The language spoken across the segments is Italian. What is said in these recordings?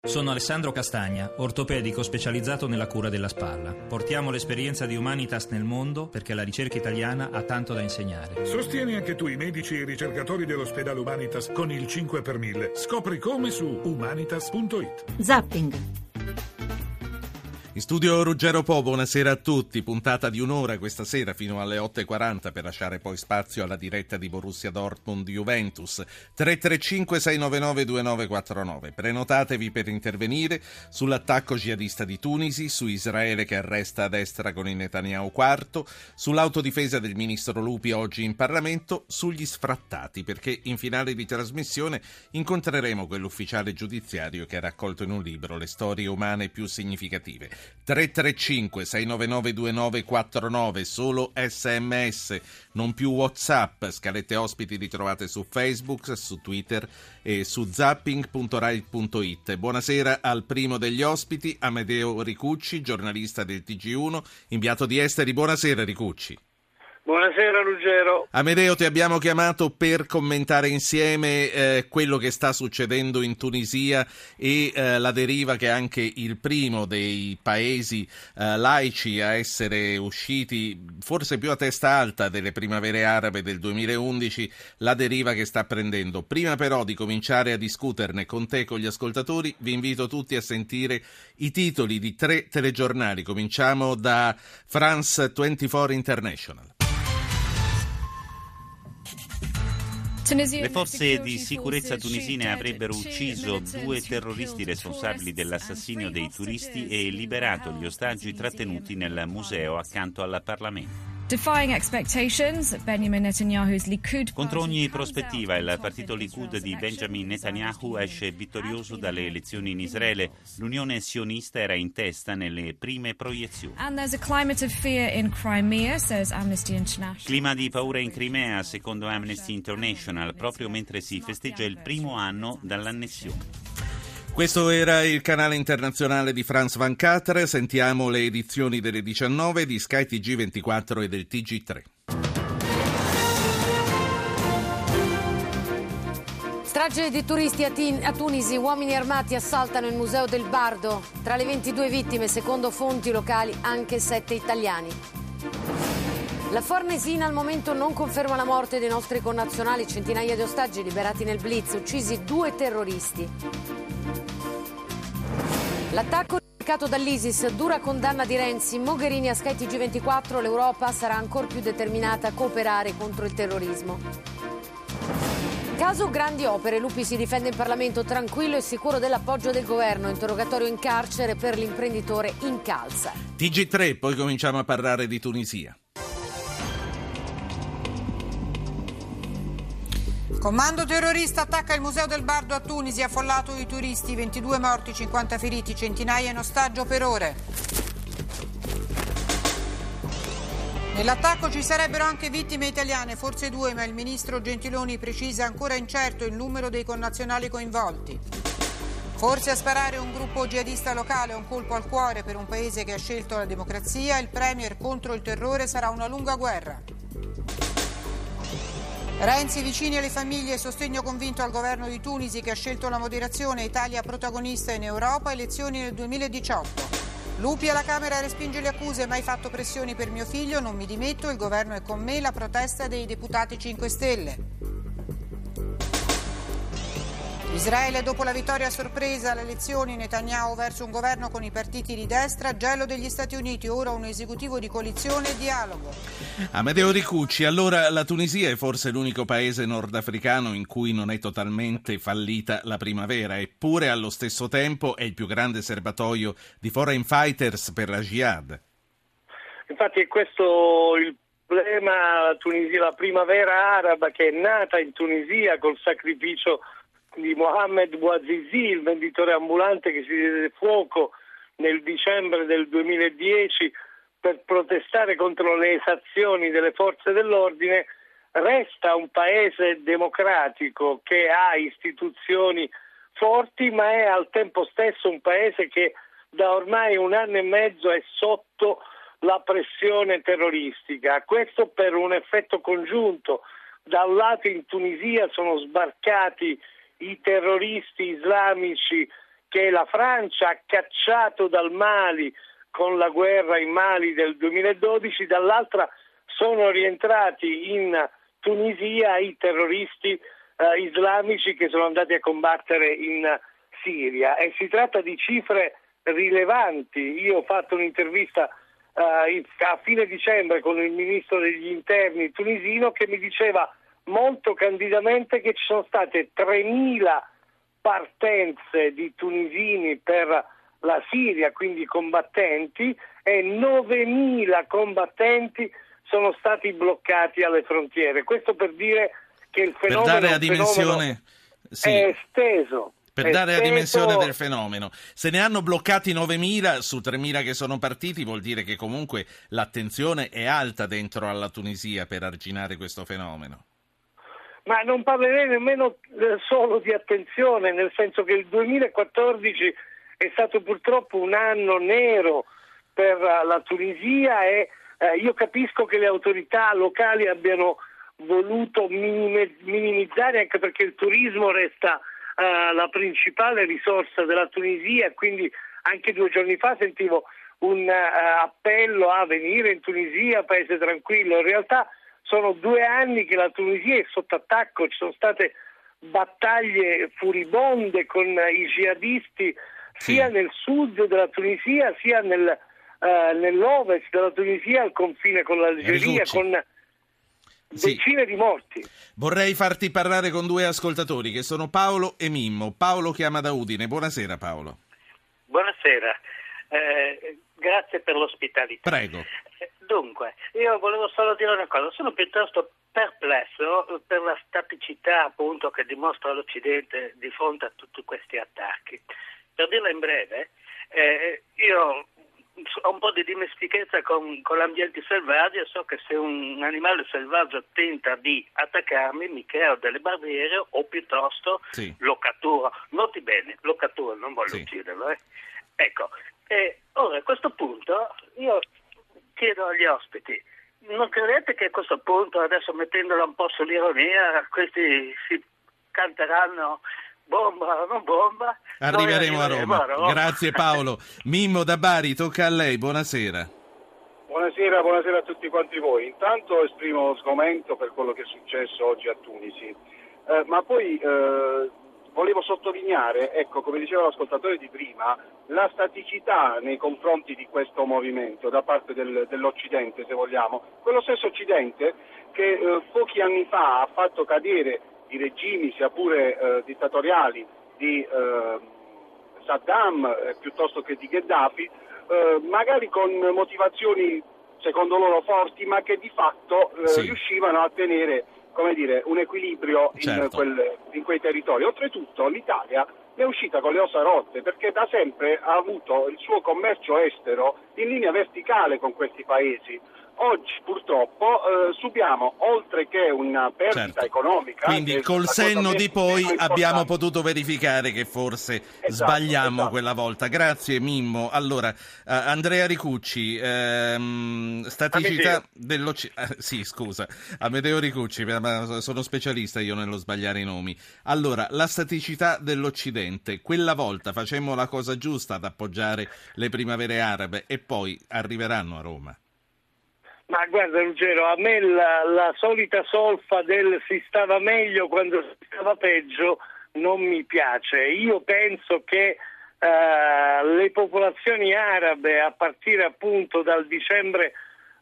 Sono Alessandro Castagna, ortopedico specializzato nella cura della spalla. Portiamo l'esperienza di Humanitas nel mondo perché la ricerca italiana ha tanto da insegnare. Sostieni anche tu i medici e i ricercatori dell'ospedale Humanitas con il 5 per 1000. Scopri come su humanitas.it. Zapping. In studio Ruggero Po, buonasera a tutti. Puntata di un'ora questa sera fino alle 8.40 per lasciare poi spazio alla diretta di Borussia Dortmund-Juventus. 335-699-2949. Prenotatevi per intervenire sull'attacco jihadista di Tunisi, su Israele che arresta a destra con il Netanyahu IV, sull'autodifesa del ministro Lupi oggi in Parlamento, sugli sfrattati, perché in finale di trasmissione incontreremo quell'ufficiale giudiziario che ha raccolto in un libro le storie umane più significative. 335-699-2949, solo SMS, non più WhatsApp. Scalette ospiti li trovate su Facebook, su Twitter e su zapping.rai.it. Buonasera al primo degli ospiti, Amedeo Ricucci, giornalista del TG1, inviato di esteri. Buonasera Ricucci. Buonasera Ruggero. Amedeo, ti abbiamo chiamato per commentare insieme quello che sta succedendo in Tunisia e la deriva che anche il primo dei paesi laici a essere usciti forse più a testa alta delle primavere arabe del 2011, la deriva che sta prendendo. Prima però di cominciare a discuterne con te e con gli ascoltatori, vi invito tutti a sentire i titoli di 3 telegiornali. Cominciamo da France 24 International. Le forze di sicurezza tunisine avrebbero ucciso 2 terroristi responsabili dell'assassinio dei turisti e liberato gli ostaggi trattenuti nel museo accanto al Parlamento. Contro ogni prospettiva, il partito Likud di Benjamin Netanyahu esce vittorioso dalle elezioni in Israele. L'Unione sionista era in testa nelle prime proiezioni. Clima di paura in Crimea, secondo Amnesty International, proprio mentre si festeggia il primo anno dall'annessione. Questo era il canale internazionale di France 24, sentiamo le edizioni delle 19 di Sky TG24 e del TG3. Strage di turisti a Tunisi, uomini armati assaltano il Museo del Bardo. Tra le 22 vittime, secondo fonti locali, anche 7 italiani. La Farnesina al momento non conferma la morte dei nostri connazionali, centinaia di ostaggi liberati nel blitz, uccisi 2 terroristi. L'attacco indicato dall'ISIS, dura condanna di Renzi, Mogherini a Sky TG24, l'Europa sarà ancora più determinata a cooperare contro il terrorismo. Caso grandi opere, Lupi si difende in Parlamento tranquillo e sicuro dell'appoggio del governo, interrogatorio in carcere per l'imprenditore Incalza. TG3, poi cominciamo a parlare di Tunisia. Comando terrorista attacca il Museo del Bardo a Tunisi, affollato i turisti, 22 morti, 50 feriti, centinaia in ostaggio per ore. Nell'attacco ci sarebbero anche vittime italiane, forse 2, ma il ministro Gentiloni precisa ancora incerto il numero dei connazionali coinvolti. Forse a sparare un gruppo jihadista locale, un colpo al cuore per un paese che ha scelto la democrazia, il premier contro il terrore sarà una lunga guerra. Renzi vicini alle famiglie, sostegno convinto al governo di Tunisi che ha scelto la moderazione, Italia protagonista in Europa, elezioni nel 2018. Lupi alla Camera respinge le accuse, mai fatto pressioni per mio figlio, non mi dimetto, il governo è con me, la protesta dei deputati 5 Stelle. Israele dopo la vittoria a sorpresa alle elezioni, Netanyahu verso un governo con i partiti di destra, gelo degli Stati Uniti, ora un esecutivo di coalizione e dialogo. Amedeo Ricucci, allora la Tunisia è forse l'unico paese nordafricano in cui non è totalmente fallita la primavera, eppure allo stesso tempo è il più grande serbatoio di foreign fighters per la jihad. Infatti è questo il problema, la primavera araba che è nata in Tunisia col sacrificio di Mohamed Bouazizi, il venditore ambulante che si diede fuoco nel dicembre del 2010 per protestare contro le esazioni delle forze dell'ordine, resta un paese democratico che ha istituzioni forti, ma è al tempo stesso un paese che da ormai 1 anno e mezzo è sotto la pressione terroristica. Questo per un effetto congiunto. Da un lato in Tunisia sono sbarcati i terroristi islamici che la Francia ha cacciato dal Mali con la guerra in Mali del 2012, dall'altra sono rientrati in Tunisia i terroristi islamici che sono andati a combattere in Siria, e si tratta di cifre rilevanti. Io ho fatto un'intervista a fine dicembre con il ministro degli interni tunisino che mi diceva molto candidamente che ci sono state 3.000 partenze di tunisini per la Siria, quindi combattenti, e 9.000 combattenti sono stati bloccati alle frontiere. Questo per dire che il fenomeno, per dare la dimensione, è esteso. Per dare la dimensione del fenomeno. Se ne hanno bloccati 9.000 su 3.000 che sono partiti, vuol dire che comunque l'attenzione è alta dentro alla Tunisia per arginare questo fenomeno. Ma non parlerei nemmeno solo di attenzione, nel senso che il 2014 è stato purtroppo un anno nero per la Tunisia e io capisco che le autorità locali abbiano voluto minimizzare, anche perché il turismo resta la principale risorsa della Tunisia, quindi anche 2 giorni fa sentivo un appello a venire in Tunisia, paese tranquillo. In realtà sono 2 anni che la Tunisia è sotto attacco, ci sono state battaglie furibonde con i jihadisti sia nel sud della Tunisia sia nell'ovest della Tunisia al confine con l'Algeria, con decine di morti. Vorrei farti parlare con 2 ascoltatori che sono Paolo e Mimmo. Paolo chiama da Udine. Buonasera Paolo. Buonasera, grazie per l'ospitalità. Prego. Dunque, io volevo solo dire una cosa, sono piuttosto perplesso per la staticità appunto che dimostra l'Occidente di fronte a tutti questi attacchi. Per dirla in breve, io ho un po' di dimestichezza con l'ambiente selvaggio e so che se un animale selvaggio tenta di attaccarmi mi creo delle barriere o piuttosto lo catturo. Noti bene, lo catturo, non voglio ucciderlo. Ecco, ora a questo punto io chiedo agli ospiti, non credete che a questo punto, adesso mettendola un po' sull'ironia, questi si canteranno bomba o non bomba? Arriveremo a Roma. Grazie Paolo. Mimmo da Bari, tocca a lei, buonasera. Buonasera a tutti quanti voi. Intanto esprimo sgomento per quello che è successo oggi a Tunisi, ma poi volevo sottolineare, ecco, come diceva l'ascoltatore di prima, la staticità nei confronti di questo movimento da parte dell'Occidente, se vogliamo. Quello stesso Occidente che pochi anni fa ha fatto cadere i regimi, sia pure dittatoriali, di Saddam piuttosto che di Gheddafi, magari con motivazioni secondo loro forti, ma che di fatto riuscivano a tenere, come dire, un equilibrio in quei territori. Oltretutto l'Italia ne è uscita con le ossa rotte, perché da sempre ha avuto il suo commercio estero in linea verticale con questi paesi. Oggi purtroppo subiamo, oltre che una perdita economica... Quindi col senno di poi abbiamo potuto verificare che forse sbagliamo quella volta. Grazie Mimmo. Allora, Andrea Ricucci, staticità dell'Occidente... sì, scusa, Amedeo Ricucci, ma sono specialista io nello sbagliare i nomi. Allora, la staticità dell'Occidente, quella volta facemmo la cosa giusta ad appoggiare le primavere arabe e poi arriveranno a Roma. Ma guarda Ruggero, a me la solita solfa del si stava meglio quando si stava peggio non mi piace. Io penso che le popolazioni arabe a partire appunto dal dicembre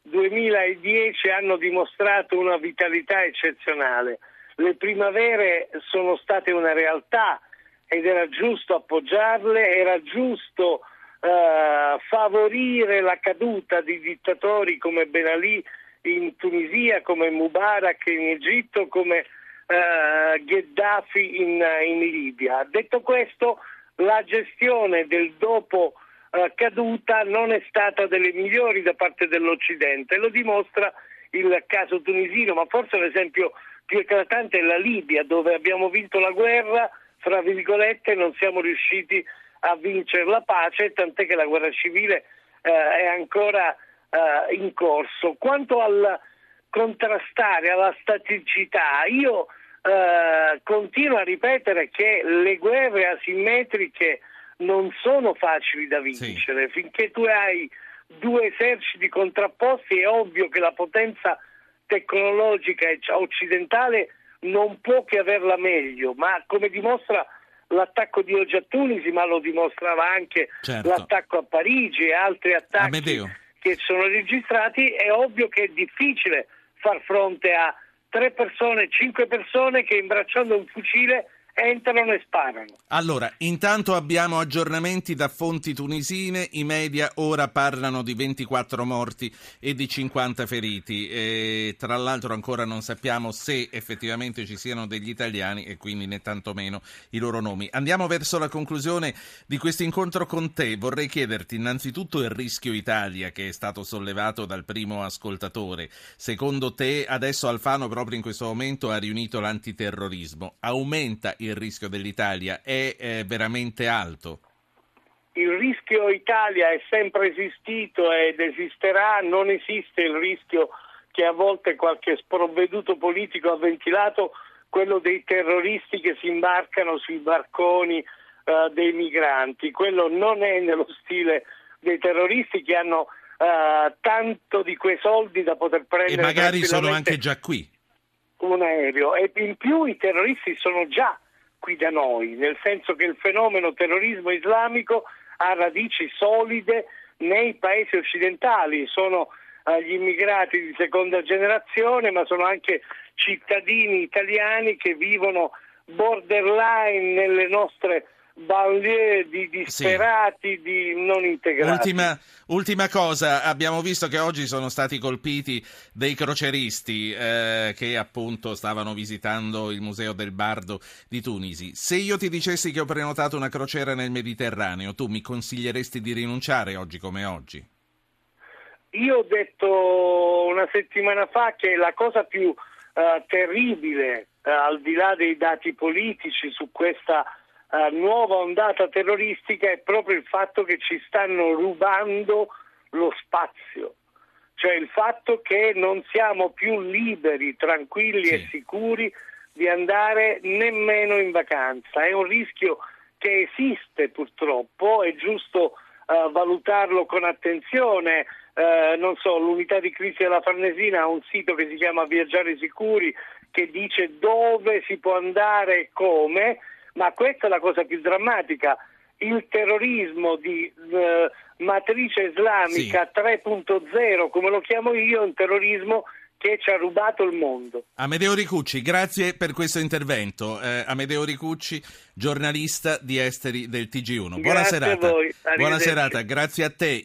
2010 hanno dimostrato una vitalità eccezionale. Le primavere sono state una realtà ed era giusto appoggiarle, era giusto favorire la caduta di dittatori come Ben Ali in Tunisia, come Mubarak in Egitto, come Gheddafi in Libia. Detto questo, la gestione del dopo caduta non è stata delle migliori da parte dell'Occidente, lo dimostra il caso tunisino, ma forse l'esempio più eclatante è la Libia, dove abbiamo vinto la guerra, fra virgolette, non siamo riusciti a vincere la pace, tant'è che la guerra civile è ancora in corso. Quanto al contrastare, alla staticità, io continuo a ripetere che le guerre asimmetriche non sono facili da vincere. Finché tu hai due eserciti contrapposti è ovvio che la potenza tecnologica occidentale non può che averla meglio, ma come dimostra l'attacco di oggi a Tunisi, ma lo dimostrava anche l'attacco a Parigi e altri attacchi che sono registrati, è ovvio che è difficile far fronte a 3 persone, 5 persone che imbracciando un fucile entrano e sparano. Allora, intanto abbiamo aggiornamenti da fonti tunisine, i media ora parlano di 24 morti e di 50 feriti, e tra l'altro ancora non sappiamo se effettivamente ci siano degli italiani e quindi né tantomeno i loro nomi. Andiamo verso la conclusione di questo incontro con te. Vorrei chiederti innanzitutto il rischio Italia che è stato sollevato dal primo ascoltatore. Secondo te adesso Alfano proprio in questo momento ha riunito l'antiterrorismo, aumenta il rischio dell'Italia, è veramente alto? Il rischio Italia è sempre esistito ed esisterà, non esiste il rischio che a volte qualche sprovveduto politico ha ventilato, quello dei terroristi che si imbarcano sui barconi dei migranti. Quello non è nello stile dei terroristi che hanno tanto di quei soldi da poter prendere. E magari sono anche già qui. Un aereo. E in più i terroristi sono già qui da noi, nel senso che il fenomeno terrorismo islamico ha radici solide nei paesi occidentali, sono gli immigrati di seconda generazione, ma sono anche cittadini italiani che vivono borderline nelle nostre banlieue di disperati, di non integrati. Ultima cosa, abbiamo visto che oggi sono stati colpiti dei croceristi che appunto stavano visitando il Museo del Bardo di Tunisi. Se io ti dicessi che ho prenotato una crociera nel Mediterraneo, tu mi consiglieresti di rinunciare oggi come oggi? Io ho detto una settimana fa che la cosa più terribile, al di là dei dati politici su questa nuova ondata terroristica, è proprio il fatto che ci stanno rubando lo spazio, cioè il fatto che non siamo più liberi, tranquilli e sicuri di andare nemmeno in vacanza. È un rischio che esiste purtroppo, è giusto valutarlo con attenzione. Non so, l'unità di crisi della Farnesina ha un sito che si chiama Viaggiare Sicuri che dice dove si può andare e come. Ma questa è la cosa più drammatica, il terrorismo di matrice islamica 3.0, come lo chiamo io, è un terrorismo che ci ha rubato il mondo. Amedeo Ricucci, grazie per questo intervento. Amedeo Ricucci, giornalista di esteri del TG1. Buona serata. A voi. Buona serata, grazie a te.